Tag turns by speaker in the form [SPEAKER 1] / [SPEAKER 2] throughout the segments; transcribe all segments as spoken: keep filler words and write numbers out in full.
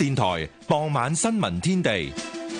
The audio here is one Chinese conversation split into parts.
[SPEAKER 1] 電台傍晚新聞天地。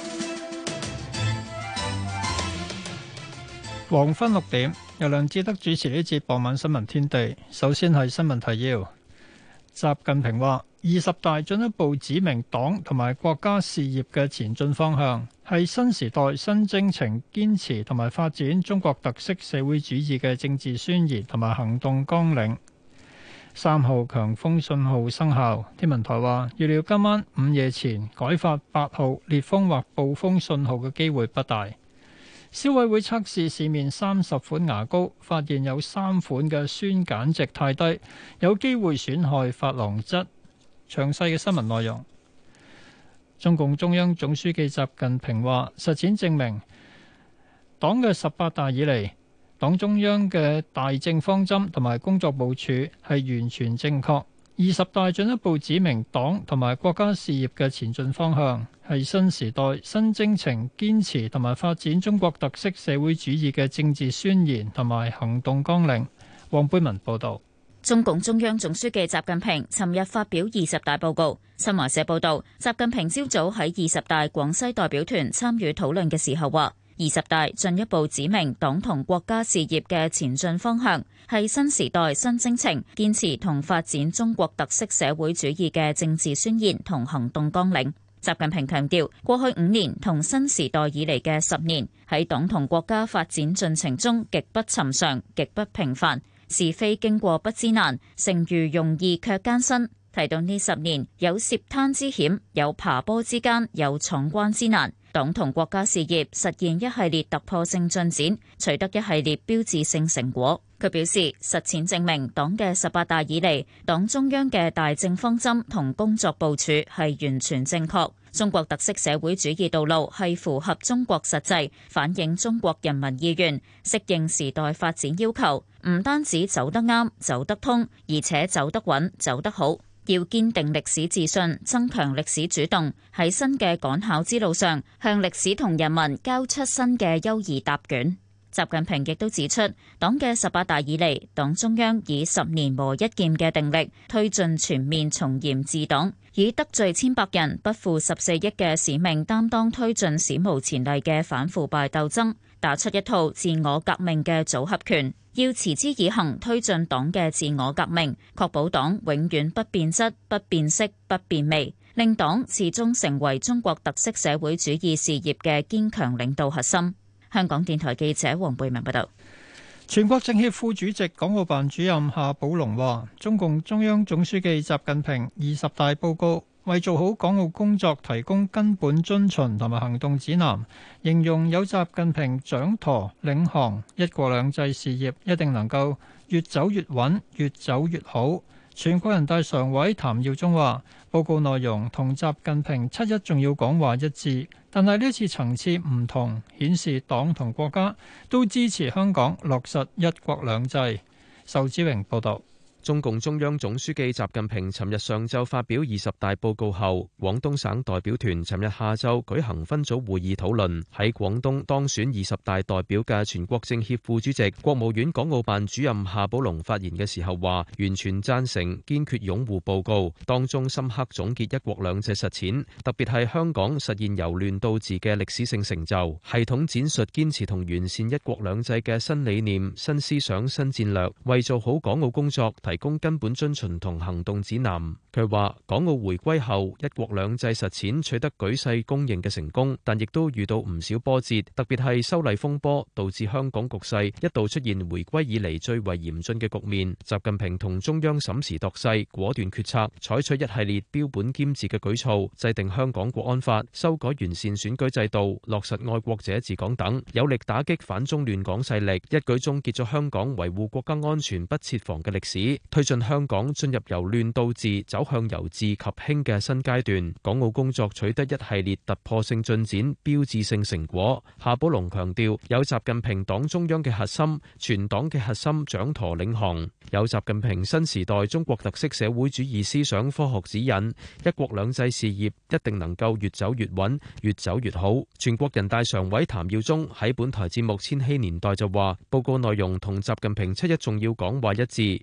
[SPEAKER 2] 黃昏六點，由梁志德主持呢節傍晚新聞天地。首先係新聞提要。習近平話：二十大進一步指明黨同埋國家事業嘅前進方向，係新時代新征程堅持同埋發展中國特色社會主義嘅政治宣言同埋行動綱領。三號強風信號生效，天文台話預料今晚午夜前改發八號烈風或暴風信號嘅機會不大。消委會測試市面三十款牙膏，發現有三款嘅酸鹼值太低，有機會損害珐琅質。詳細嘅新聞內容。中共中央總書記習近平話：實踐證明，黨嘅十八大以嚟，黨中央嘅大政方針同埋工作部署係完全正確。二十大進一步指明黨同埋國家事業嘅前進方向，係新時代新征程堅持同埋發展中國特色社會主義嘅政治宣言同埋行動綱領。黃貝文報道。
[SPEAKER 3] 中共中央總書記習近平尋日發表二十大報告。新華社報道，習近平朝早喺二十大廣西代表團參與討論嘅時候話：二十大進一步指明黨同國家事業嘅前進方向，係新時代新征程堅持同發展中國特色社會主義嘅政治宣言同行動綱領。習近平強調，過去五年同新時代以嚟嘅十年，喺黨同國家發展進程中極不尋常、極不平凡。是非經過不知難，成如容易卻艱辛。提到呢十年有涉灘之險，有爬坡之艱，有闖關之難，黨同國家事業實現一系列突破性進展，取得一系列標誌性成果。佢表示，實踐證明黨嘅十八大以嚟，黨中央嘅大政方針同工作部署係完全正確。中國特色社會主義道路係符合中國實際，反映中國人民意願，適應時代發展要求，唔單止走得啱、走得通，而且走得穩、走得好。要堅定歷史自信，增強歷史主動，喺新嘅趕考之路上，向歷史同人民交出新嘅優異答卷。習近平亦都指出，黨嘅十八大以嚟，黨中央以十年磨一劍嘅定力，推進全面從嚴治黨，以得罪千百人、不負十四億嘅使命擔當，推進史無前例嘅反腐敗鬥爭，打出一套自我革命嘅組合拳，要持之以恆推進黨嘅自我革命，確保黨永遠不變質、不變色、不變味，令黨始終成為中國特色社會主義事業嘅堅強領導核心。香港電台記者黃貝文報道。
[SPEAKER 2] 全國政協副主席、港澳辦主任夏寶龍話：中共中央總書記習近平二十大報告為做好港澳工作提供根本遵循同埋行動指南，形容有習近平掌舵領航，一國兩制事業一定能夠越走越穩，越走越好。全國人大常委譚耀宗話：報告內容同習近平七一重要講話一致，但係呢次層次唔同，顯示黨同國家都支持香港落實一國兩制。仇志榮報導。
[SPEAKER 4] 中共中央總書記習近平尋日上晝發表二十大報告後，廣東省代表團尋日下晝舉行分組會議討論。喺廣東當選二十大代表嘅全國政協副主席、國務院港澳辦主任夏寶龍發言嘅時候話：完全贊成、堅決擁護報告，當中深刻總結一國兩制實踐，特別係香港實現由亂到治嘅歷史性成就，系統展述堅持同完善一國兩制嘅新理念、新思想、新戰略，為做好港澳工作提供根本遵循同行動指南。佢話港澳回歸後，一國兩制實踐取得舉世公認嘅成功，但亦都遇到唔少波折，特別係修例風波，導致香港局勢一度出現回歸以嚟最為嚴峻嘅局面。習近平同中央審時度勢，果斷決策，採取一系列標本兼治嘅舉措，制定香港國安法，修改完善選舉制度，落實愛國者治港等，有力打擊反中亂港勢力，一舉終結咗香港維護國家安全不設防嘅歷史，推進香港進入由亂到治、走向由治及興嘅新階段。港澳工作取得一系列突破性進展、標誌性成果。夏寶龍強調，有習近平黨中央嘅核心、全黨嘅核心掌舵領航，有習近平新時代中國特色社會主義思想科學指引，一國兩制事業一定能夠越走越穩、越走越好。全國人大常委譚耀宗喺本台節目《千禧年代》就話，報告內容同習近平七一重要講話一致，但今次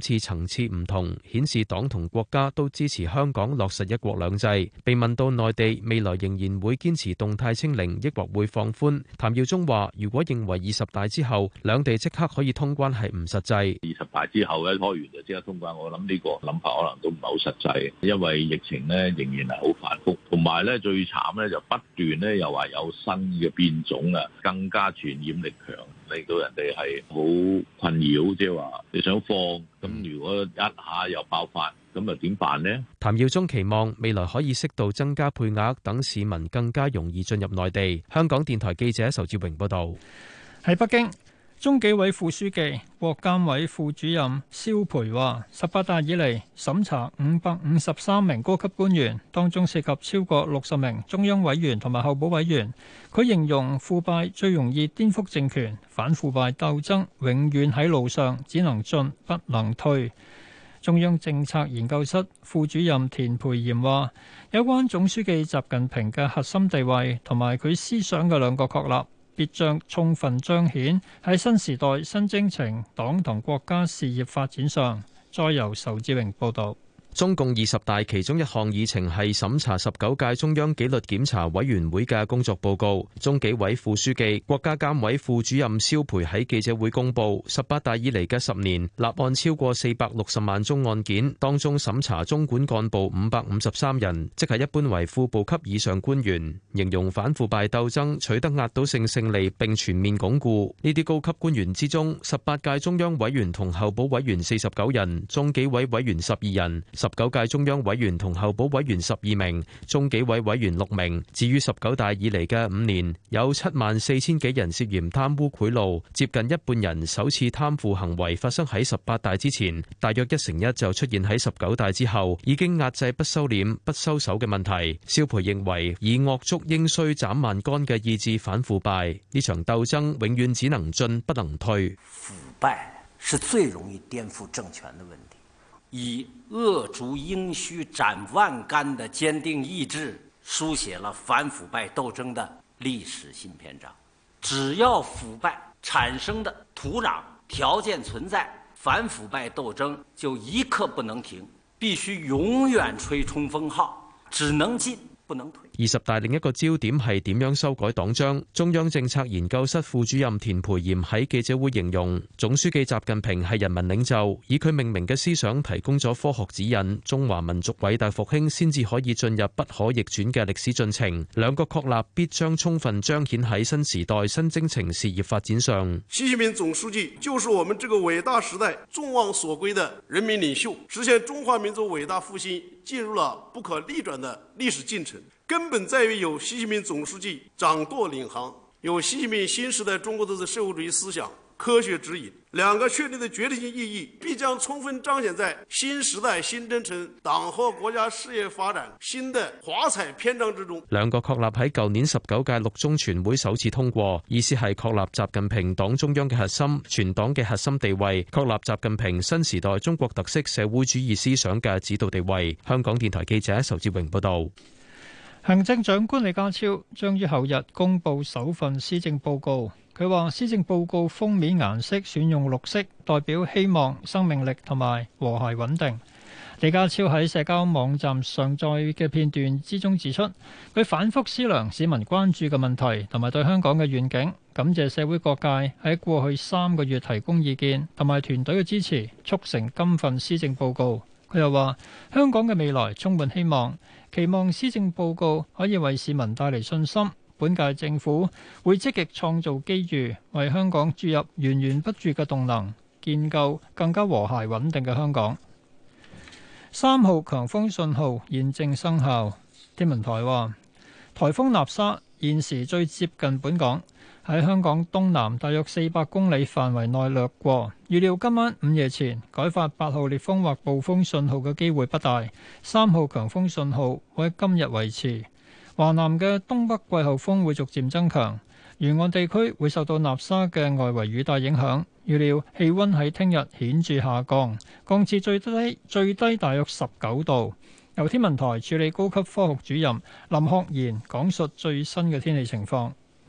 [SPEAKER 4] 次層次唔同，顯示黨同國家都支持香港落實一國兩制。被問到內地未來仍然會堅持動態清零，抑或會放寬，譚耀宗話：如果認為二十大之後兩地即刻可以通關係唔實際。
[SPEAKER 5] 二十大之後咧開完就即刻通關，我諗呢個諗法可能都唔係好實際，因為疫情咧仍然係好繁複，同埋咧最慘咧就不斷咧又話有新嘅變種啊，更加傳染力強，令到人哋係好困擾，即係話你想放，咁如果一下又爆發，咁又點辦呢？
[SPEAKER 4] 譚耀宗期望未來可以適度增加配額，等市民更加容易進入內地。香港電台記者仇志榮報導。
[SPEAKER 2] 喺北京，中紀委副書記、國監委副主任蕭培話：十八大以嚟審查五百五十三名高級官員，當中涉及超過六十名中央委員同埋候補委員。佢形容腐敗最容易顛覆政權，反腐敗鬥爭永遠喺路上，只能進不能退。中央政策研究室副主任田培炎話：有關總書記習近平嘅核心地位同埋佢思想嘅兩個確立，必將充分彰顯喺新時代新征程黨同國家事業發展上。再由仇志榮報導。
[SPEAKER 4] 中共二十大其中一項議程係審查十九屆中央紀律檢查委員會嘅工作報告。中紀委副書記、國家監委副主任蕭培喺記者會公佈，十八大以嚟嘅十年立案超過四百六十萬宗案件，當中審查中管幹部五百五十三人，即係一般為副部級以上官員。形容反腐敗鬥爭取得壓倒性勝利並全面鞏固。呢啲高級官員之中，十八屆中央委員同候補委員四十九人，中紀委委員十二人。十九屆中央委員同候補委員十二名，中紀委委員六名。至於十九大以嚟嘅五年，有七萬四千幾人涉嫌貪污賄賂，接近一半人首次貪腐行為發生喺十八大之前，大約一成一就出現喺十九大之後，已經壓制不收斂、不收手嘅問題。蕭培認為，以惡竹應須斬萬竿嘅意志反腐敗，呢場鬥爭永遠只能進不能退。
[SPEAKER 6] 腐敗是最容易顛覆政權的問題。以扼竹應須斬萬竿的堅定意志，書寫了反腐敗鬥爭的歷史新篇章。只要腐敗產生的土壤條件存在，反腐敗鬥爭就一刻不能停，必須永遠吹衝鋒號，只能進不能退。
[SPEAKER 4] 二十大另一個焦點係點樣修改黨章。中央政策研究室副主任田培炎喺記者會形容，總書記習近平係人民領袖，以佢命名嘅思想提供咗科學指引，中華民族偉大復興先至可以進入不可逆轉嘅歷史進程。兩個確立必將充分彰顯喺新時代新征程事業發展上。
[SPEAKER 7] 習近平總書記就是我們這個偉大時代眾望所歸的人民領袖，實現中華民族偉大復興進入了不可逆轉的歷史進程。根本在於有習近平總書記掌舵領航，有習近平新時代中國特色社會主義思想科學指引，兩個確定的決定性意義必將充分彰顯在新時代新征程黨和國家事業發展新的華彩篇章之中。
[SPEAKER 4] 兩個確立喺舊年十九屆六中全會首次通過，意思係確立習近平黨中央嘅核心、全黨嘅核心地位，確立習近平新時代中國特色社會主義思想嘅指導地位。香港電台記者仇志榮報道。
[SPEAKER 2] 行政長官李家超將於後日公布首份施政報告。佢話施政報告封面顏色選用綠色，代表希望、生命力同埋和諧穩定。李家超喺社交網站上載嘅片段之中指出，佢反覆思量市民關注嘅問題同埋對香港嘅願景，感謝社會各界喺過去三個月提供意見同埋團隊嘅支持，促成今份施政報告。佢又話香港嘅未來充滿希望，期望施政報告可以為市民帶嚟信心。本屆政府會積極創造機遇，為香港注入源源不絕嘅動能，建構更加和諧穩定嘅香港。三號強風信號現正生效。天文台話，颱風納沙現時最接近本港，喺香港東南大約四百公里範圍內掠過，預料今晚午夜前改發八號烈風或暴風信號嘅機會不大，三號強風信號會喺今日維持。華南嘅東北季候風會逐漸增強，沿岸地區會受到納沙嘅外圍雨帶影響，預料氣温喺聽日顯著下降，降至最低最低大約十九度。由天文台處理高級科學主任林學賢講述最新嘅天氣情況。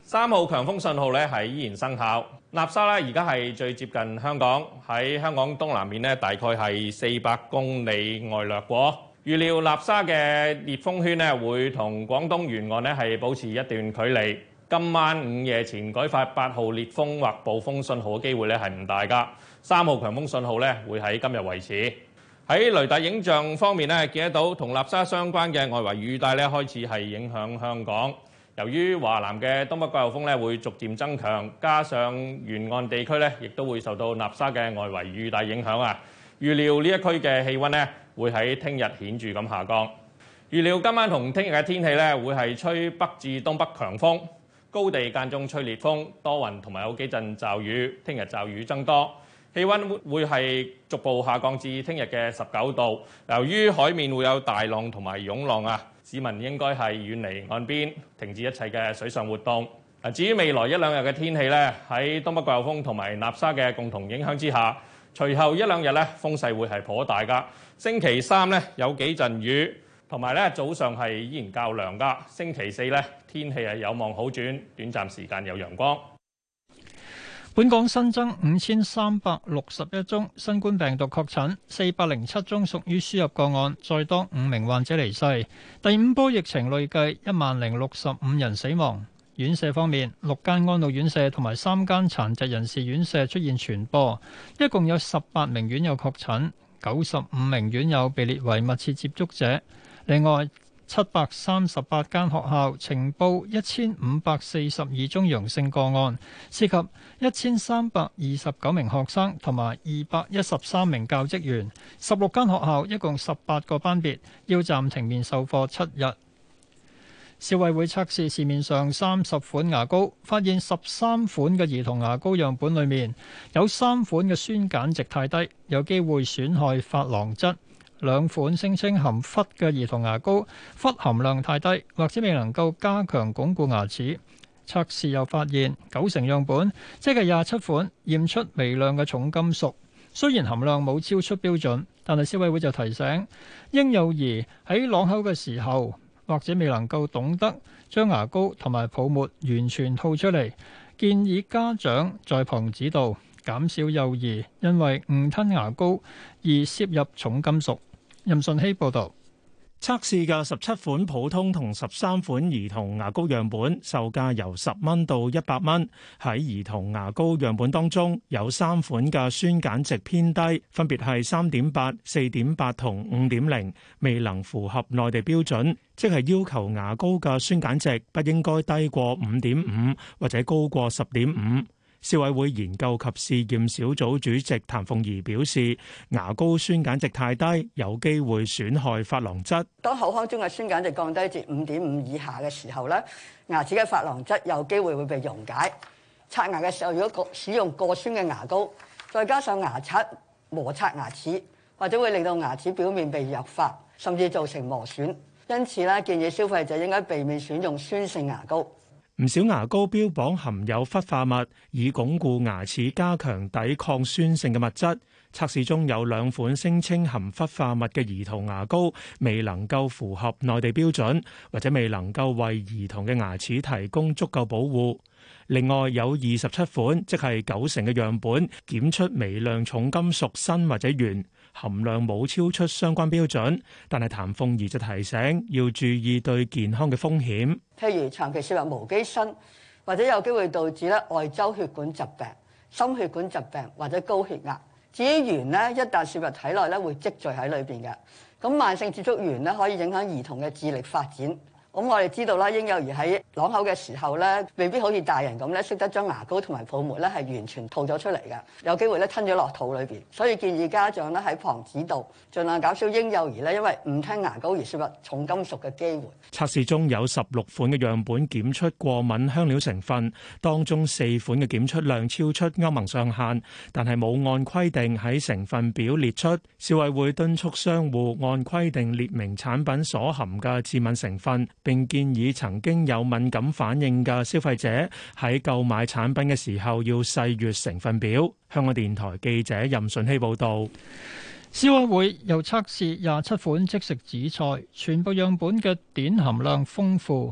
[SPEAKER 8] 三號強風信號咧係依然生效。納沙咧而家係最接近香港，喺香港東南面咧大概係四百公里外掠過。預料納沙嘅烈風圈咧會同廣東沿岸咧係保持一段距離。今晚午夜前改發八號烈風或暴風信號嘅機會咧係唔大㗎。三號強風信號咧會喺今日維持。喺雷達影像方面咧，見得到同納沙相關嘅外圍雨帶咧開始係影響香港。由於華南嘅東北季候風咧會逐漸增強，加上沿岸地區咧亦都會受到納沙嘅外圍雨帶影響啊。預料呢一區嘅氣温咧會喺聽日顯著咁下降。預料今晚同聽日嘅天氣咧會係吹北至東北強風，高地間中吹烈風，多雲同埋有幾陣驟雨。聽日驟雨增多，氣温會係逐步下降至聽日嘅十九度。由於海面會有大浪同埋湧浪啊，市民應該係遠離岸邊，停止一切嘅水上活動。至於未來一兩日嘅天氣咧，喺東北季候風同埋納沙嘅共同影響之下，隨後一兩日咧風勢會係頗大㗎。星期三咧有幾陣雨，同埋咧早上係依然較涼㗎。星期四咧天氣係有望好轉，短暫時間有陽光。
[SPEAKER 2] 本港新增五千三百六十一宗新冠病毒確診，四百零七宗屬於輸入個案，再多五名患者離世。第五波疫情累計一萬零六十五人死亡。院舍方面，六間安老院舍同埋三間殘疾人士院舍出現傳播，一共有十八名院友確診，九十五名院友被列為密切接觸者。另外，七百三十八間學校呈報一千五百四十二宗陽性個案，涉及一千三百二十九名學生同埋二百一十三名教職員。十六間學校一共十八個班別要暫停面授課七日。消委會測試市面上三十款牙膏，發現十三款嘅兒童牙膏樣本裏面有三款嘅酸鹼值太低，有機會損害珐琅質。兩款聲稱含氟嘅兒童牙膏，氟含量太低，或者未能夠加強鞏固牙齒。測試又發現九成樣本，即係廿七款，驗出微量嘅重金屬。雖然含量冇超出標準，但係消委會就提醒，嬰幼兒喺啷口嘅時候，或者未能夠懂得將牙膏同埋泡沫完全吐出嚟，建議家長在旁指導，減少幼兒因為誤吞牙膏而攝入重金屬。任順希報導。
[SPEAKER 9] 測試嘅十七款普通同十三款兒童牙膏樣本，售價由十蚊到一百蚊。喺兒童牙膏樣本當中，有三款嘅酸鹼值偏低，分別係三點八、四點八同五點零，未能符合內地標準，即係要求牙膏嘅酸鹼值不應該低過五點五或者高過十點五。消委會研究及試驗小組主席譚鳳儀表示，牙膏酸鹼值太低，有機會損害珐琅質。
[SPEAKER 10] 當口腔中嘅酸鹼值降低至五點五以下嘅時候咧，牙齒嘅珐琅質有機會會被溶解。刷牙嘅時候，如果使用過酸嘅牙膏，再加上牙刷摩擦牙齒，或者會令到牙齒表面被弱化，甚至造成磨損。因此咧，建議消費者應該避免選用酸性牙膏。
[SPEAKER 9] 唔少牙膏標榜含有氟化物，以鞏固牙齒、加強抵抗酸性嘅物質。測試中有兩款聲稱含氟化物嘅兒童牙膏，未能夠符合內地標準，或者未能夠為兒童嘅牙齒提供足夠保護。另外有二十七款，即係九成嘅樣本檢出微量重金屬砷或者鉛，含量冇超出相關標準，但係譚鳳儀就提醒要注意對健康嘅風險，
[SPEAKER 10] 譬如長期攝入無機砷，或者有機會導致咧外周血管疾病、心血管疾病或者高血壓。至於鉛咧，一旦攝入體內咧，會積聚喺裏邊嘅。咁慢性接觸鉛咧，可以影響兒童嘅智力發展。咁我哋知道啦，嬰幼兒喺啷口嘅時候咧，未必好似大人咁咧，識得將牙膏同埋泡沫咧係完全吐咗出嚟嘅，有機會咧吞咗落肚裏邊。所以建議家長咧喺旁指導，盡量減少嬰幼兒咧因為誤吞牙膏而攝入重金屬嘅機會。
[SPEAKER 9] 測試中有十六款嘅樣本檢出過敏香料成分，當中四款嘅檢出量超出歐盟上限，但係冇按規定喺成分表列出。消委會敦促商戶按規定列明產品所含嘅致敏成分。並建議曾經有敏感反應嘅消費者喺購買產品嘅時候要細閱成分表。香港電台記者任順希報導。
[SPEAKER 2] 消委會又測試廿七款即食紫菜，全部樣本嘅碘含量豐富，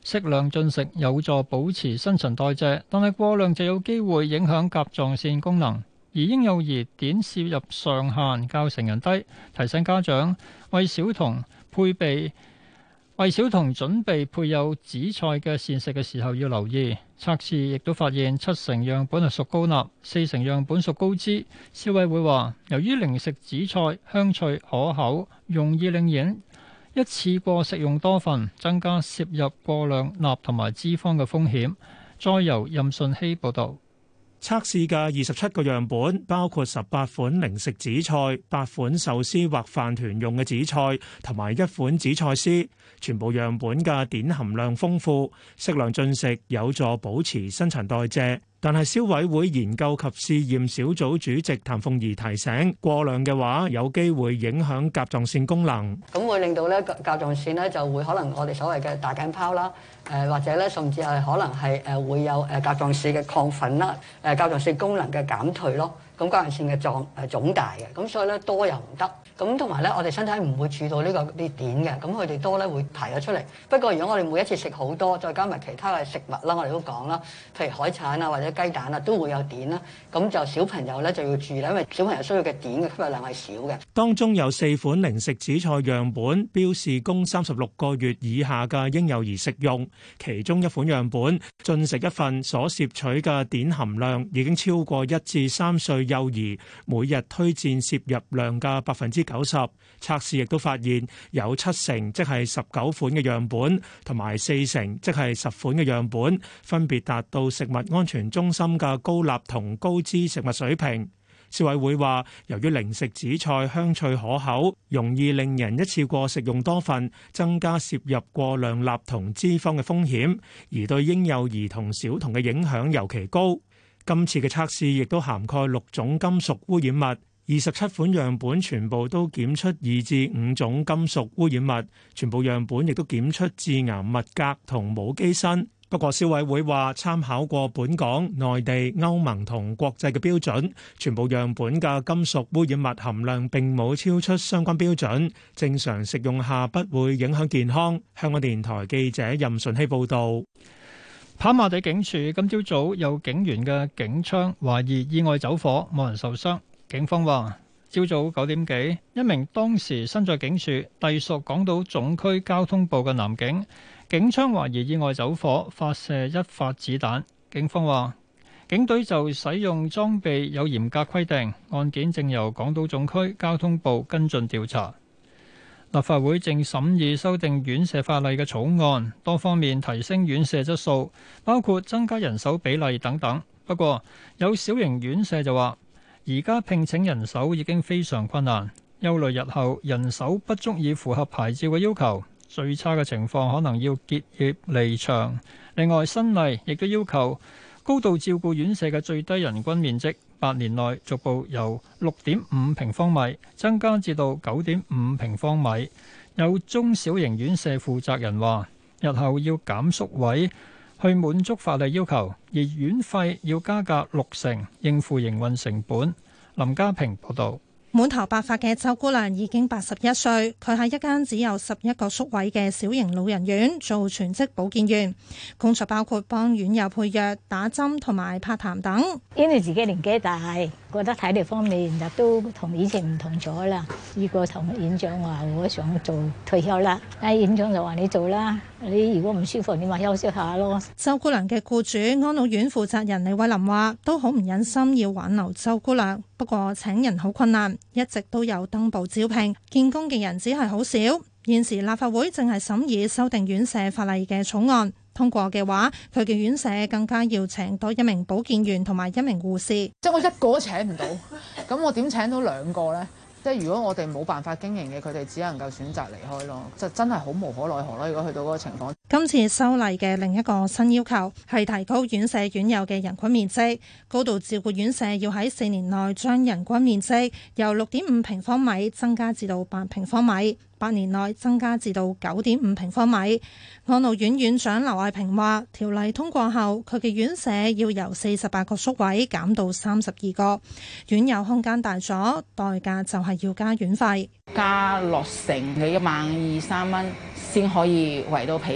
[SPEAKER 2] 適量進食有助保持新陳代謝，但係過量就有機會影響甲狀腺功能。而嬰幼兒碘攝入上限較成人低，提醒家長為小童配備為小童準備配有紫菜嘅膳食嘅時候要留意。測試亦都發現七成樣本係屬高鈉，四成樣本屬高脂。消委會話，由於零食紫菜香脆可口，容易令人一次過食用多份，增加攝入過量鈉同埋脂肪嘅風險。再由任順希報導。
[SPEAKER 9] 測試嘅二十七個樣本包括十八款零食紫菜、八款壽司或飯團用嘅紫菜，同埋一款紫菜絲。全部樣本嘅碘含量豐富，適量進食有助保持新陳代謝。但係消委會研究及試驗小組主席譚鳳儀提醒，過量嘅話有機會影響甲狀腺功能，
[SPEAKER 10] 咁會令到咧甲狀腺咧就會可能我哋所謂嘅大頸泡啦，誒或者咧甚至係可能係誒會有誒甲狀腺嘅亢奮啦，誒甲狀腺功能嘅減退咯，咁甲狀腺嘅狀誒腫大嘅，咁所以咧多又唔得。咁同埋咧，我哋身體唔會儲到呢個啲碘嘅，咁佢哋多咧會排咗出嚟。不過如果我哋每一次食好多，再加埋其他嘅食物啦，我哋都講啦，譬如海產啊或者雞蛋啊，都會有碘啦。咁就小朋友咧就要注意啦，因為小朋友需要嘅碘嘅吸入量係少嘅。
[SPEAKER 9] 當中有四款零食紫菜樣本標示供三十六個月以下嘅嬰幼兒食用，其中一款樣本進食一份所攝取嘅碘含量已經超過一至三歲幼兒每日推薦攝入量嘅百分之九十。測試亦都發現有七成，即係十九款嘅樣本，同埋四成，即係十款嘅樣本，分別達到食物安全中心嘅高鈉同高脂食物水平。消委會話，由於零食紫菜香脆可口，容易令人一次過食用多份，增加攝入過量鈉同脂肪嘅風險，而對嬰幼兒同小童嘅影響尤其高。今次嘅測試亦都涵蓋六種金屬污染物。二十七款樣本全部都檢出二至五種金屬污染物，全部樣本亦都檢出致癌物鎘同冇機砷。不過消委會話，參考過本港、內地、歐盟同國際嘅標準，全部樣本嘅金屬污染物含量並冇超出相關標準，正常食用下不會影響健康。香港電台記者任順希報導。
[SPEAKER 2] 跑馬地警署今朝早有警員嘅警槍懷疑意外走火，冇人受傷。警方話，朝早九點幾，一名當時身在警署、隸屬港島總區交通部嘅男警，警槍懷疑意外走火，發射一發子彈。警方話，警隊就使用裝備有嚴格規定，案件正由港島總區交通部跟進調查。立法會正審議修訂院舍法例嘅草案，多方面提升院舍質素，包括增加人手比例等等。不過，有小型院舍就話，而家聘請人手已經非常困難，憂慮日後人手不足以符合牌照嘅要求，最差嘅情況可能要結業離場。另外，新例亦都要求高度照顧院舍嘅最低人均面積八年內逐步由六點五平方米增加至到九點五平方米。有中小型院舍負責人話，日後要減宿位去滿足法例要求，而院費要加價六成，應付營運成本。林家平報導。
[SPEAKER 11] 滿頭白髮嘅周姑娘已經八十一歲，佢喺一間只有十一個宿位嘅小型老人院做全職保健員，工作包括幫院友配藥、打針同埋拍痰等。
[SPEAKER 12] 因為自己年紀大，覺得體力方面亦都同以前唔同咗啦。試過同院長話我想做退休啦，但係院長就話你做啦，你如果唔舒服你咪休息下咯。
[SPEAKER 11] 周姑娘嘅僱主安老院負責人李偉林話，都好唔忍心要挽留周姑娘，不過請人好困難，一直都有登報招聘，見工嘅人只係好少。現時立法會正係審議修訂院舍法例嘅草案，通過嘅話，佢嘅院舍更加要請多一名保健員同埋一名護士。
[SPEAKER 13] 即係我一個都請唔到，咁我點請到兩個呢？即係如果我哋冇辦法經營嘅，佢哋只能夠選擇離開咯，就真係好無可奈何咯。如果去到嗰個情況，
[SPEAKER 11] 今次修例嘅另一個新要求係提高院舍院友嘅人均面積，高度照顧院舍要喺四年內將人均面積由六點五平方米增加至到八平方米。八年內增加至到九點五平方米。安老院院長劉愛平話：條例通過後，佢嘅院舍要由四十八個宿位減到三十二個，院友空間大咗，代價就係要加院費，
[SPEAKER 14] 加落成嘅一萬二三蚊先可以圍到皮咯。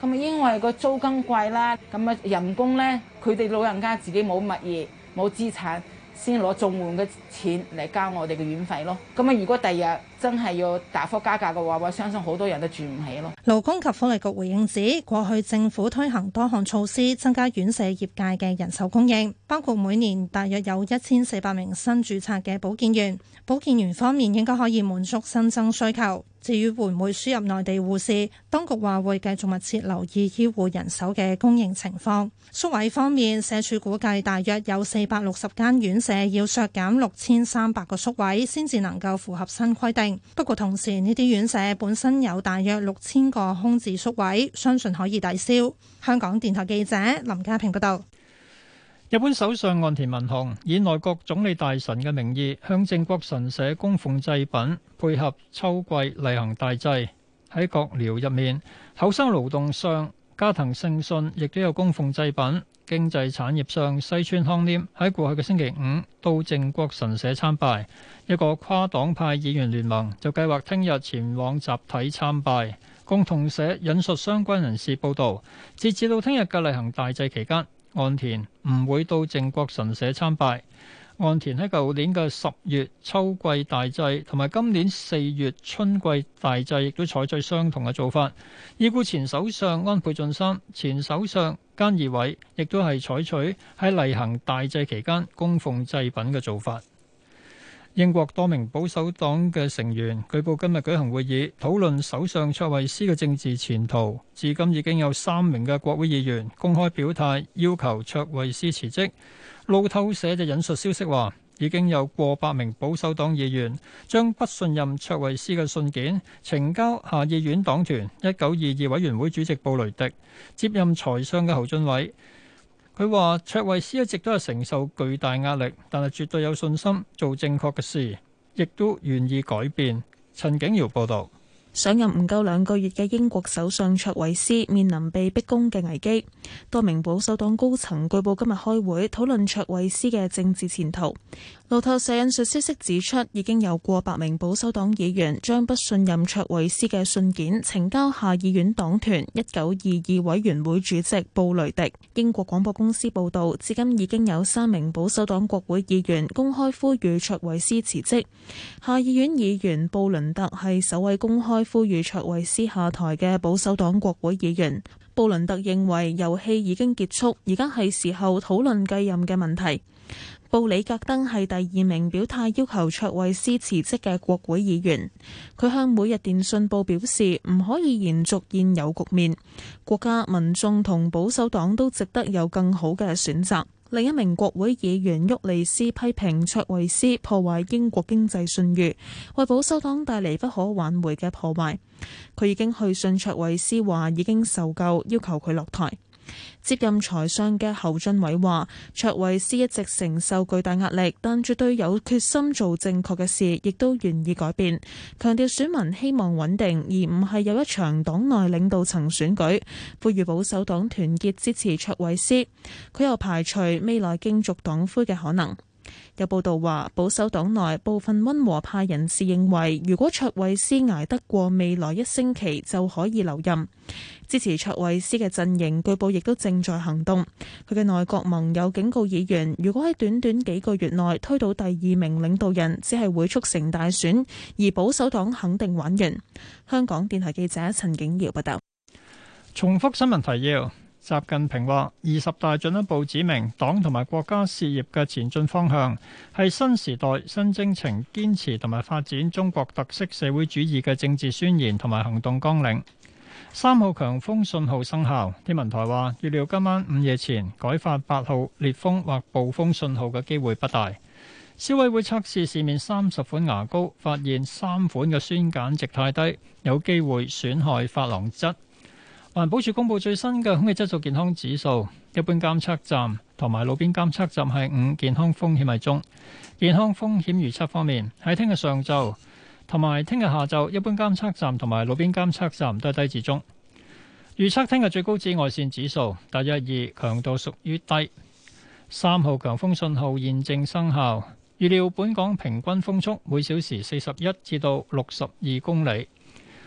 [SPEAKER 14] 咁啊因為個租金貴啦，咁啊人工咧，佢哋老人家自己冇物業冇資產，先攞綜援嘅錢嚟交我哋嘅院費咯。咁啊如果第日真係要大幅加價嘅話，我相信好多人都住唔起咯。
[SPEAKER 11] 勞工及福利局回應指，過去政府推行多項措施，增加院舍業界嘅人手供應，包括每年大約有一千四百名新註冊嘅保健員。保健員方面應該可以滿足新增需求。至於會唔會輸入內地護士，當局話會繼續密切留意醫護人手嘅供應情況。宿位方面，社署估計大約有四百六十間院舍要削減六千三百個宿位，先至能夠符合新規定。不過同時，呢啲院舍本身有大約六千個空置宿位，相信可以抵消。香港電台記者林家平報道。
[SPEAKER 2] 日本首相岸田文雄以內閣總理大臣嘅名義向靖國神社供奉祭品，配合秋季例行大祭。喺閣僚入面，厚生勞動相、加藤勝信亦都有供奉祭品。經濟產業上，西村康稔喺過去嘅星期五到靖國神社參拜。一個跨黨派議員聯盟就計劃聽日前往集體參拜。共同社引述相關人士報導，截至到聽日嘅例行大祭期間，岸田唔會到靖國神社參拜。岸田喺舊年嘅十月秋季大祭同埋今年四月春季大祭亦都採取相同嘅做法。已故前首相安倍晉三、前首相菅義偉亦都係採取喺例行大祭期間供奉祭品嘅做法。英國多名保守黨嘅成員據報今日舉行會議，討論首相卓慧思嘅政治前途。至今已經有三名嘅國會議員公開表態，要求卓慧思辭職。路透社就引述消息話，已經有過百名保守黨議員將不信任卓慧思嘅信件呈交下議院黨團一九二二委員會主席布雷迪。接任財相嘅侯俊偉，佢話卓慧思一直都係承受巨大壓力，但係絕對有信心做正確嘅事，亦都願意改變。陳景堯報道。
[SPEAKER 15] 上任唔夠兩個月嘅英國首相卓慧思面臨被逼宮嘅危機，多名保守黨高層據報今日開會討論卓慧思嘅政治前途。路透社引述消息指出，已經有過百名保守黨議員將不信任卓慧思嘅信件呈交下議院黨團一九二二委員會主席布雷迪。英國廣播公司報道，至今已經有三名保守黨國會議員公開呼籲卓慧思辭職。下議院議員布倫特係首位公開呼籲卓慧思下台嘅保守黨國會議員。布倫特認為遊戲已經結束，而家係時候討論繼任嘅問題。布里格登係第二名表態要求卓慧思辭職嘅國會議員，佢向每日電訊報表示唔可以延續現有局面，國家民眾同保守黨都值得有更好嘅選擇。另一名國會議員沃利斯批評卓慧思破壞英國經濟信譽，為保守黨帶嚟不可挽回嘅破壞。佢已經去信卓慧思話已經受夠，要求佢落台。接任財相嘅侯俊偉話，卓慧思一直承受巨大壓力，但絕對有決心做正確嘅事，亦都願意改變。強調選民希望穩定，而唔係有一場黨內領導層選舉。呼籲保守黨團結支持卓慧思。佢又排除未來競逐黨魁嘅可能。有報道話，保守黨內部分溫和派人士認為，如果卓慧思捱得過未來一星期，就可以留任。支持卓慧思嘅陣營據報亦都正在行動。佢嘅內閣盟友警告議員，如果喺短短幾個月內推到第二名領導人，只係會促成大選，而保守黨肯定玩完。香港電台記者陳景堯報道。
[SPEAKER 2] 重複新聞提要。習近平話：二十大進一步指明黨同埋國家事業嘅前進方向，係新時代新征程堅持同埋發展中國特色社會主義嘅政治宣言同埋行動綱領。三號強風信號生效，天文台話預料今晚午夜前改發八號烈風或暴風信號嘅機會不大。消委會測試市面三十款牙膏，發現三款嘅酸鹼值太低，有機會損害珐琅質。環保署公布最新嘅空氣質素健康指數，一般監測站同埋路邊監測站係五，健康風險係中。健康風險預測方面，喺聽日上晝同埋聽日下晝，一般監測站同埋路邊監測站都係低至中。預測聽日最高紫外線指數大約二，強度屬於低。三號強風信號現正生效，預料本港平均風速每小時四十一至到六十二公里。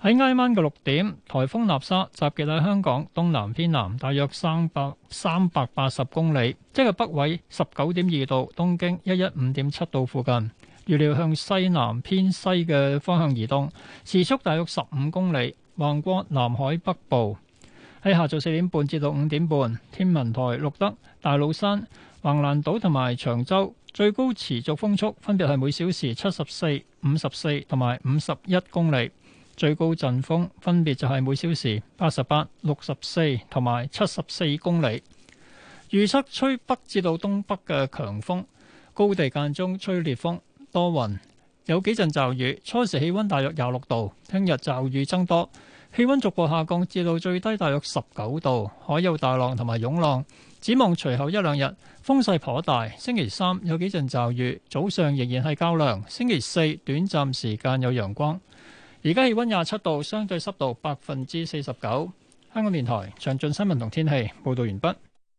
[SPEAKER 2] 喺挨晚嘅六點，颱風納沙集結喺香港東南偏南，大約三百三百八十公里，即係北緯十九點二度，東經一一五點七度附近。預料向西南偏西嘅方向移動，時速大約十五公里，橫過南海北部。喺下晝四點半至到五點半，天文台錄得大老山、橫瀾島同埋長洲最高持續風速分別係每小時七十四、五十四同埋五十一公里，最高陣風分別就係每小時八十八、六十四同埋七十四公里。預測吹北至到東北嘅強風，高地間中吹烈風，多雲，有幾陣驟雨。初時氣溫大約廿六度，聽日驟雨增多，氣溫逐步下降至到最低大約十九度，海有大浪同埋湧浪。展望隨後一兩日風勢頗大，星期三有幾陣驟雨，早上仍然係較涼。星期四短暫時間有陽光。而家氣溫廿七度，相對濕度百分之四十九。香港電台詳盡新聞同天氣報道完畢。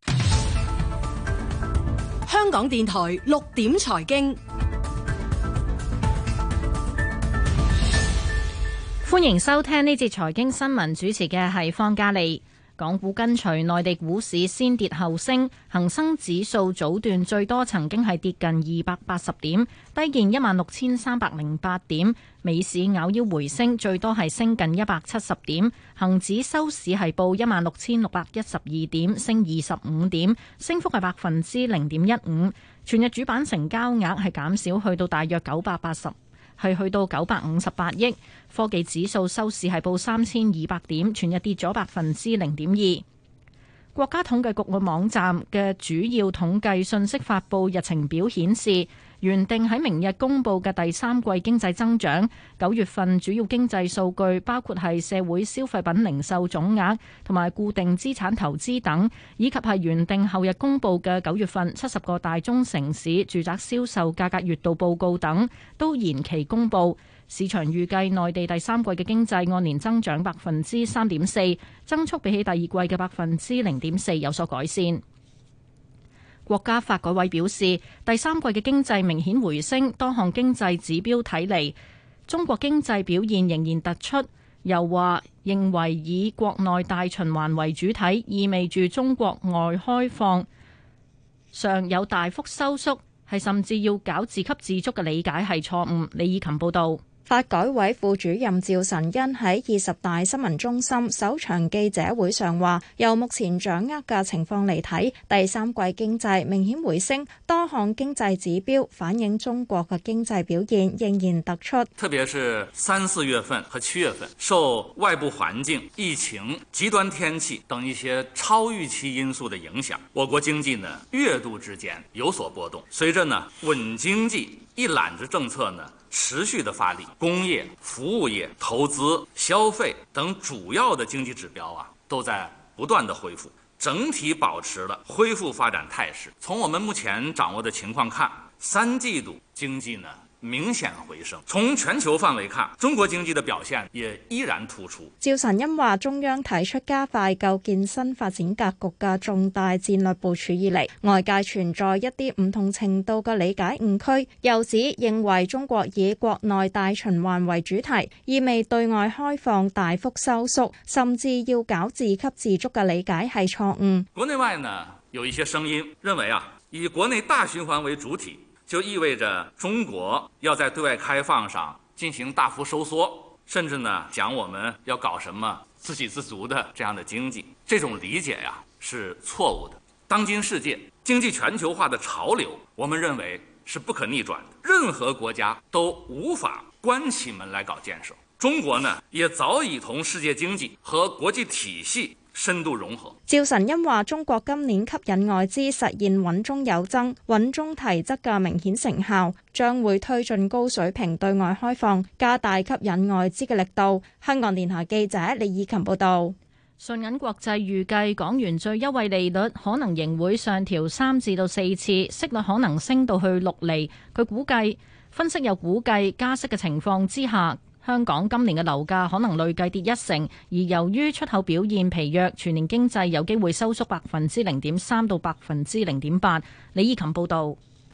[SPEAKER 16] 香港電台六點財經，
[SPEAKER 17] 歡迎收聽呢節財經新聞，主持嘅係方嘉利。港股跟隨內地股市先跌後升，恒生指數早段最多曾經係跌近二百八十點，低見一萬六千三百零八點。美市咬腰回升，最多係升近一百七十點。恒指收市係報一萬六千六百一十二點，升二十五點，升幅係百分之零點一五。全日主板成交額係減少去到大約九百八十。係去到九百五十八億，科技指數收市係報三千二百點，全日跌咗百分之零點二。國家統計局嘅網站嘅主要統計信息發布日程表顯示，原定喺明日公布嘅第三季經濟增長，九月份主要經濟數據包括係社會消費品零售總額同埋固定資產投資等，以及係原定後日公布嘅九月份七十個大中城市住宅銷售價格月度報告等，都延期公布。市場預計內地第三季嘅經濟按年增長百分之三點四，增速比起第二季嘅百分之零點四有所改善。國家發改委表示，第三季嘅經濟明顯回升，多項經濟指標睇嚟，中國經濟表現仍然突出。又話認為以國內大循環為主體，意味住中國外開放上有大幅收縮，係甚至要搞自給自足嘅理解係錯誤。李以琴報導。
[SPEAKER 18] 發改委副主任趙晨恩喺二十大新聞中心首場記者會上話，由目前掌握嘅情況嚟睇，第三季經濟明顯回升，多項經濟指標反映中國嘅經濟表現仍然突出。
[SPEAKER 19] 特別是三四月份和七月份，受外部環境、疫情、極端天氣等一些超預期因素的影響，我國經濟呢月度之間有所波動。隨着呢穩經濟一攬子政策呢持續的發力，工業、服務業、投資、消費等主要的經濟指標啊，都在不斷的恢復，整體保持了恢復發展態勢。從我們目前掌握的情況看，三季度經濟呢明顯回升。從全球範圍看，中國經濟的表現也依然突出。
[SPEAKER 18] 趙晨恩話，中央提出加快構建新發展格局嘅重大戰略部署以嚟，外界存在一啲唔同程度嘅理解誤區，又指認為中國以國內大循環為主題，意味對外開放大幅收縮，甚至要搞自給自足嘅理解係錯誤。
[SPEAKER 19] 國內外呢有一些聲音認為啊，以國內大循環為主體，就意味着中國要在對外開放上進行大幅收縮，甚至呢講我們要搞什麼自給自足的這樣的經濟，這種理解呀是錯誤的。當今世界經濟全球化的潮流，我們認為是不可逆轉的，任何國家都無法關起門來搞建設。中國呢也早已同世界經濟和國際體系深度融合。
[SPEAKER 18] 趙晨恩話：中國今年吸引外資實現穩中有增、穩中提質嘅明顯成效，將會推進高水平對外開放，加大吸引外資嘅力度。香港電台記者李以琴報道。
[SPEAKER 17] 信銀國際預計港元最優惠利率可能仍會上調三至到四次，息率可能升到去六厘。佢估計分析又估計加息嘅情況之下，香港今年嘅樓價可能累計跌一成，而由於出口表現疲弱，全年經濟有機會收縮百分之零點三到百分之零點八。李以琴報導。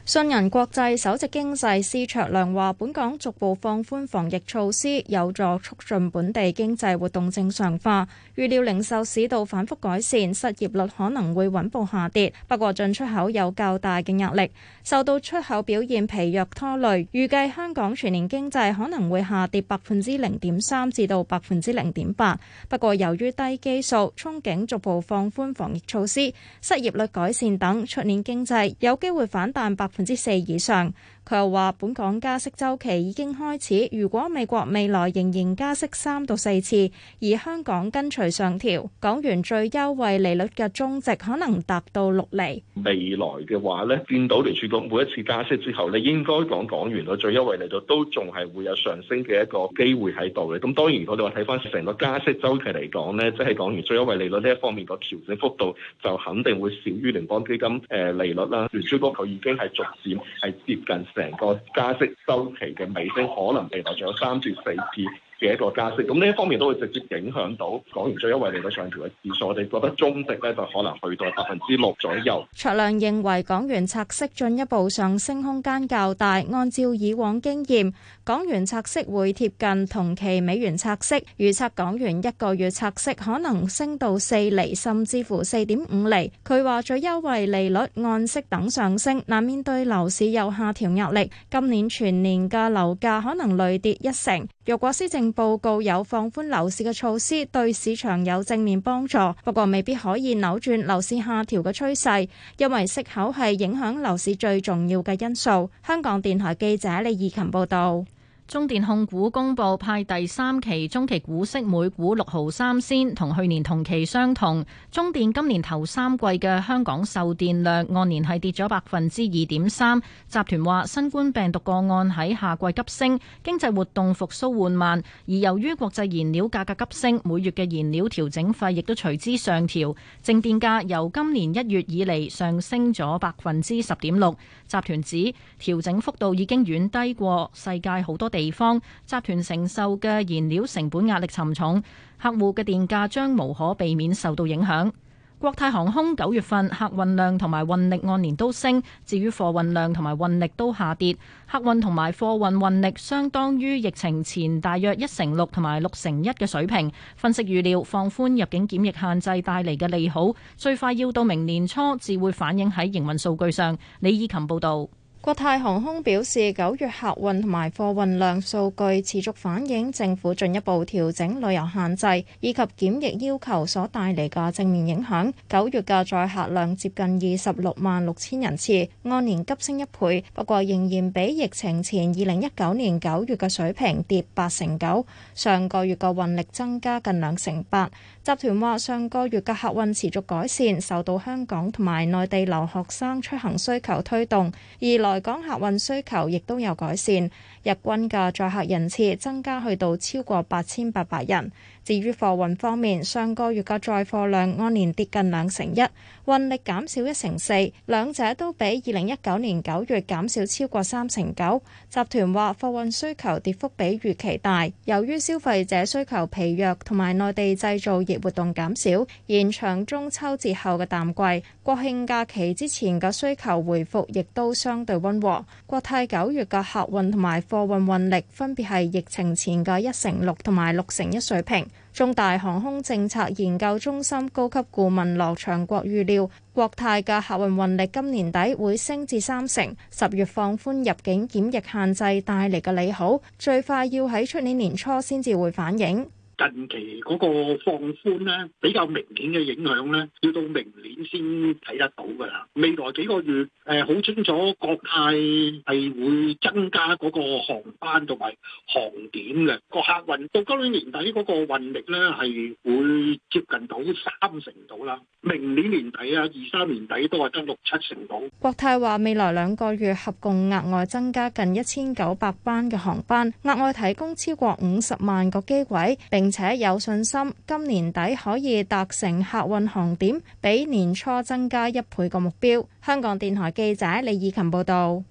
[SPEAKER 18] 信銀國際首席經濟師卓亮話，本港逐步放寬防疫措施，有助促進本地經濟活動正常化。預料零售市道反覆改善，失業率可能會穩步下跌。不過進出口有較大嘅壓力，受到出口表現疲弱拖累。預計香港全年經濟可能會下跌百分之零點三至到百分之零點八。不過由於低基數，憧憬逐步放寬防疫措施、失業率改善等，出年經濟有機會反彈百分之四以上。佢又話：本港加息週期已經開始，如果美國未來仍然加息三到四次，而香港跟隨上調，港元最優惠利率嘅中值可能達到六厘。
[SPEAKER 20] 未來嘅話咧，見到聯儲局每一次加息之後咧，應該講港元嘅最優惠利率都仲係會有上升嘅一個機會喺度嘅。咁當然我哋話睇翻成個加息週期嚟講咧，即係港元最優惠利率呢一方面個調整幅度就肯定會少於聯邦基金誒利率啦。聯儲局佢已經係逐漸係接近成個加息週期嘅尾聲，可能未來仲有三至四次嘅一個加息，咁呢一方面都會直接影響到港元最優惠利率上調嘅指數。我哋覺得中值咧就可能去到百分之六左右。
[SPEAKER 18] 卓亮認為港元拆息進一步上升空間較大，按照以往經驗，港元拆息會貼近同期美元拆息，預測港元一個月拆息可能升到四厘，甚至乎四點五厘。佢話最優惠利率、按息等上升，難免對樓市有下調壓力。今年全年嘅樓價可能累跌一成。若果施政報告有放寬樓市嘅措施，對市場有正面幫助，不過未必可以扭轉樓市下調嘅趨勢，因為息口係影響樓市最重要嘅因素。香港電台記者李義琴報道。
[SPEAKER 17] 中電控股公布派第三期中期股息每股六毫三仙，同去年同期相同。中電今年頭三季嘅香港售電量按年係跌咗百分之二點三。集團話新冠病毒個案喺夏季急升，經濟活動復甦緩慢，而由於國際燃料價格急升，每月嘅燃料調整費亦都隨之上調。淨電價由今年一月以嚟上升咗百分之十點六。集團指調整幅度已經遠低過世界好多地方，集團承受嘅燃料成本壓力沉重，客戶嘅電價將無可避免受到影響。國泰航空九月份客運量同埋運力按年都升，至於貨運量同埋運力都下跌。客運同埋貨運運力相當於疫情前大約一成六同埋六成一嘅水平。分析預料放寬入境檢疫限制帶嚟嘅利好，最快要到明年初至會反映喺營運數據上。李以琴報導。
[SPEAKER 18] 國泰航空表示，九月客運同埋貨運量數據持續反映政府進一步調整旅遊限制以及檢疫要求所帶嚟嘅正面影響。九月嘅載客量接近二十六萬六千人次，按年急升一倍，不過仍然比疫情前二零一九年九月嘅水平跌八成九。上個月嘅運力增加近兩成八。集團話上個月嘅客運持續改善，受到香港同埋內地留學生出行需求推動，而來港客運需求亦都有改善。日均嘅載客人次增加去到超過八千八百人。至於貨運方面，上個月嘅載貨量按年跌近兩成一，運力減少一成四，兩者都比二零一九年九月減少超過三成九。集團話貨運需求跌幅比預期大，由於消費者需求疲弱同埋內地製造業活動減少，延長中秋節後嘅淡季，國慶假期之前嘅需求回復亦都相對溫和。國泰九月嘅客運同埋貨運運力分別係疫情前嘅一成六同埋六成一水平。中大航空政策研究中心高級顧問羅祥國預料，國泰嘅客運運力今年底會升至三成。十月放寬入境檢疫限制帶嚟嘅利好，最快要喺出年年初先至會反映。
[SPEAKER 21] 近期嗰個放寬咧，比較明顯嘅影響咧，要到明年先睇得到㗎啦。未來幾個月，誒好清楚國泰係會增加嗰個航班同埋航點嘅個客運，到今年年底嗰個運力咧係會接近到三成度啦。明年年底啊，二三年底都係得六七成度。
[SPEAKER 18] 國泰話未來兩個月合共額外增加近一千九百班嘅航班，額外提供超過五十萬個機位，並且有信心今年底可以達成客運航點比年初增加一倍嘅目標。香港電台記者李以琴報道。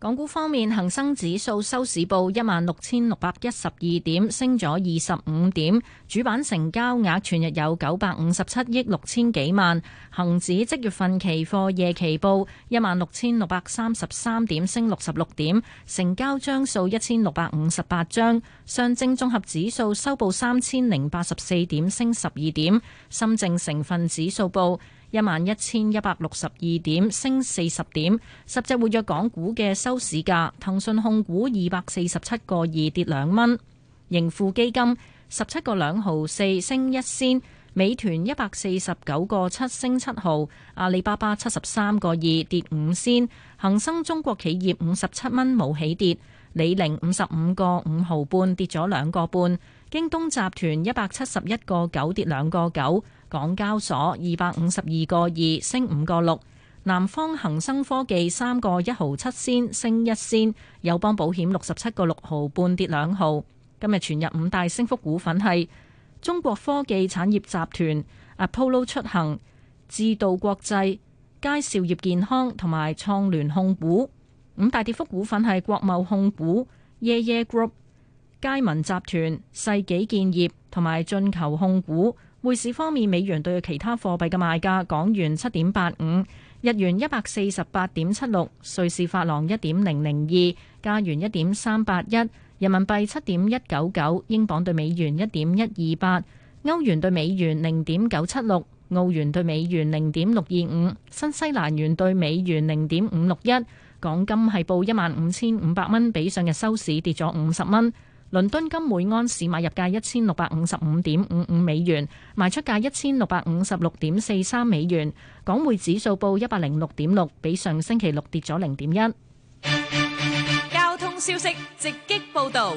[SPEAKER 17] 港股方面，恒生指數收市報一萬六千六百一十二點，升咗二十五點。主板成交額全日有九百五十七億六千幾萬。恒指即月份期貨夜期報一萬六千六百三十三點，升六十六點，成交張數一千六百五十八張。上證綜合指數收報三千零八十四點，升十二點。深證成分指數報一萬一千一百六十二點，升四十點。十隻活躍港股嘅收市價，騰訊控股二百四十七個二跌兩蚊，盈富基金十七個兩毫四升一仙，美團一百四十九個七升七毫，阿里巴巴七十三個二跌五仙，恒生中國企業五十七蚊冇起跌，李寧五十五個五毫半跌咗兩個半，京東集團一百七十一個九跌兩個九。港交所二百五十二個二升五個六，南方恒生科技三個一毫七仙升一仙，友邦保險六十七個六毫半跌兩毫。今日全日五大升幅股份係中國科技產業集團、Apollo 出行、智道國際、佳兆業健康同埋創聯控股。五大跌幅股份係國貿控股、耶耶 Group、佳民集團、世紀建業同埋進球控股。匯市方面，美元對其他貨幣嘅賣價：港元七點八五，日元一百四十八點七六，瑞士法郎一點零零二，加元一點三八一，人民幣七點一九九，英鎊對美元一點一二八，歐元對美元零點九七六，澳元對美元零點六二五，新西蘭元對美元零點五六一。港金係報一萬五千五百蚊，比上日收市跌咗五十蚊。倫敦金每安士買入價一千六百五十五點五五美元，賣出價一千六百五十六點四三美元。港匯指數報一百零六點六，比上星期六跌咗零點一。
[SPEAKER 16] 交通消息直擊報道。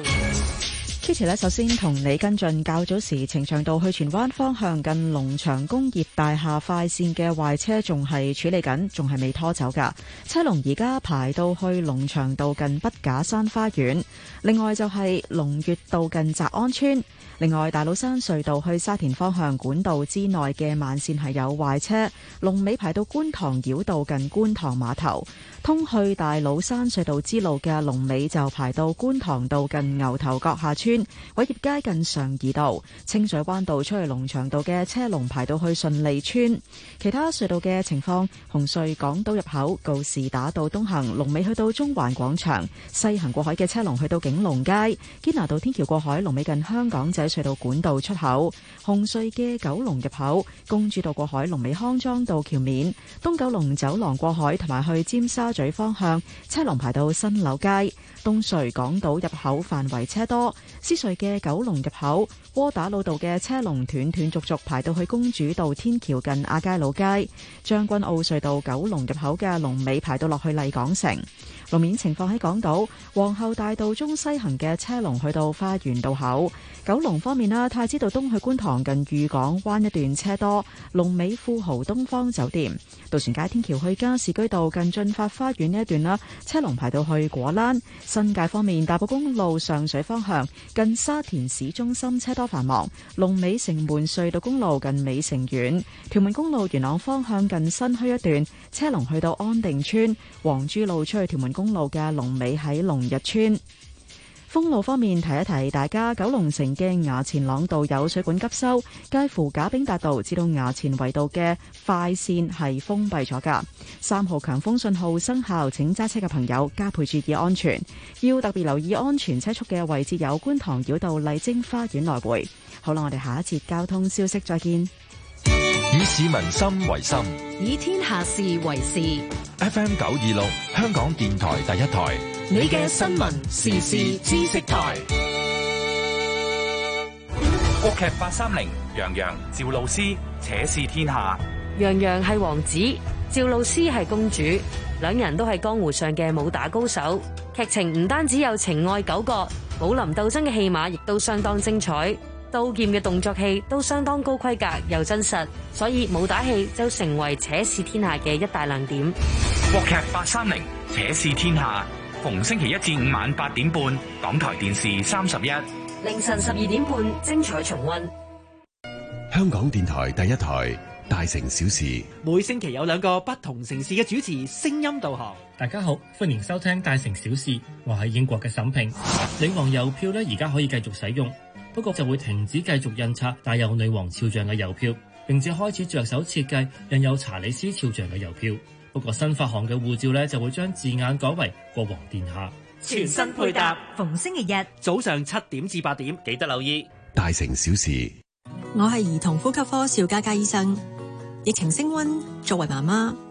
[SPEAKER 1] Kitty 咧，首先同你跟進較早時呈祥道去荃灣方向近龍翔工業大廈快線嘅壞車仲係處理緊，仲係未拖走㗎。車龍而家排到去龍翔道近筆架山花園。另外就係龍悅道近澤安村。另外大老山隧道去沙田方向管道之內嘅慢線係有壞車，龍尾排到觀塘繞道近觀塘碼頭。通去大老山隧道之路嘅龍尾就排到觀塘道近牛頭角下村，偉業街近常怡道，清水灣道出去龍翔道嘅車龍排到去順利村。其他隧道嘅情況，紅隧港島入口告士打道東行龍尾去到中環廣場，西行過海嘅車龍去到景隆街，堅拿道天橋過海龍尾近香港仔隧道管道出口。紅隧嘅九龍入口公主道過海龍尾康莊道橋面，東九龍走廊過海同埋去尖沙咀方向車龍排到新柳街。東隧港島入口範圍車多，獅隧嘅九龍入口窩打老道嘅車龍斷斷續續排到去公主道天橋近亞皆老街。將軍澳隧道九龍入口嘅龍尾排到落去麗港城。路面情況喺港島皇后大道中西行嘅車龍去到花園道口。九龍方面啦，太子道東去觀塘近裕港灣一段車多，龍尾富豪東方酒店。渡船街天橋去加士居道近駿發花園呢一段啦，車龍排到去果欄。新界方面，大埔公路上水方向近沙田市中心車多繁忙，龍尾城門隧道公路近美城苑。屯門公路元朗方向近新墟一段車龍去到安定村。黃珠路出去屯門公路嘅龍尾喺龍日村。封路方面，提一提大家，九龍城嘅衙前塱道有水管急修，介乎賈炳達道至到衙前圍道嘅快線係封閉咗㗎。三號強風信號生效，請揸車嘅朋友加倍注意安全，要特別留意安全車速嘅位置有觀塘繞道麗晶花園來回。好啦，我哋下一節交通消息再見。
[SPEAKER 22] 以市民心為心，
[SPEAKER 16] 以天下事為事。
[SPEAKER 22] F M 九二六，香港電台第一台，
[SPEAKER 16] 你嘅新聞時事知識台。
[SPEAKER 23] 國劇八三零，楊洋、趙露思，且試天下。
[SPEAKER 24] 楊洋係王子，趙露思係公主，兩人都係江湖上嘅武打高手。劇情唔單止有情愛糾葛，武林鬥爭嘅戲碼亦都相當精彩。刀劍嘅動作戲都相當高規格又真實，所以武打戲就成為且試天下嘅一大亮點。
[SPEAKER 23] 國劇八三零，且試天下，逢星期一至五晚八點半，港台電視三十一，
[SPEAKER 24] 凌晨十二點半精彩重溫。
[SPEAKER 22] 香港電台第一台
[SPEAKER 3] 大城小事，
[SPEAKER 5] 每星期有兩個不同城市嘅主持聲音導航。
[SPEAKER 6] 大家好，歡迎收聽大城小事，我係英國嘅沈平。女王郵票呢，而家可以繼續使用，不過就會停止繼續印刷帶有女王肖像嘅郵票，並且開始着手設計印有查理斯肖像嘅郵票。不過新發行嘅護照呢，就會將字眼改為國王殿下。
[SPEAKER 5] 全新配搭，
[SPEAKER 7] 逢星期日
[SPEAKER 5] 早上七點至八點，記得留意。
[SPEAKER 3] 大城小事。
[SPEAKER 7] 我係兒童呼吸科邵嘉嘉醫生。疫情升溫，作為媽媽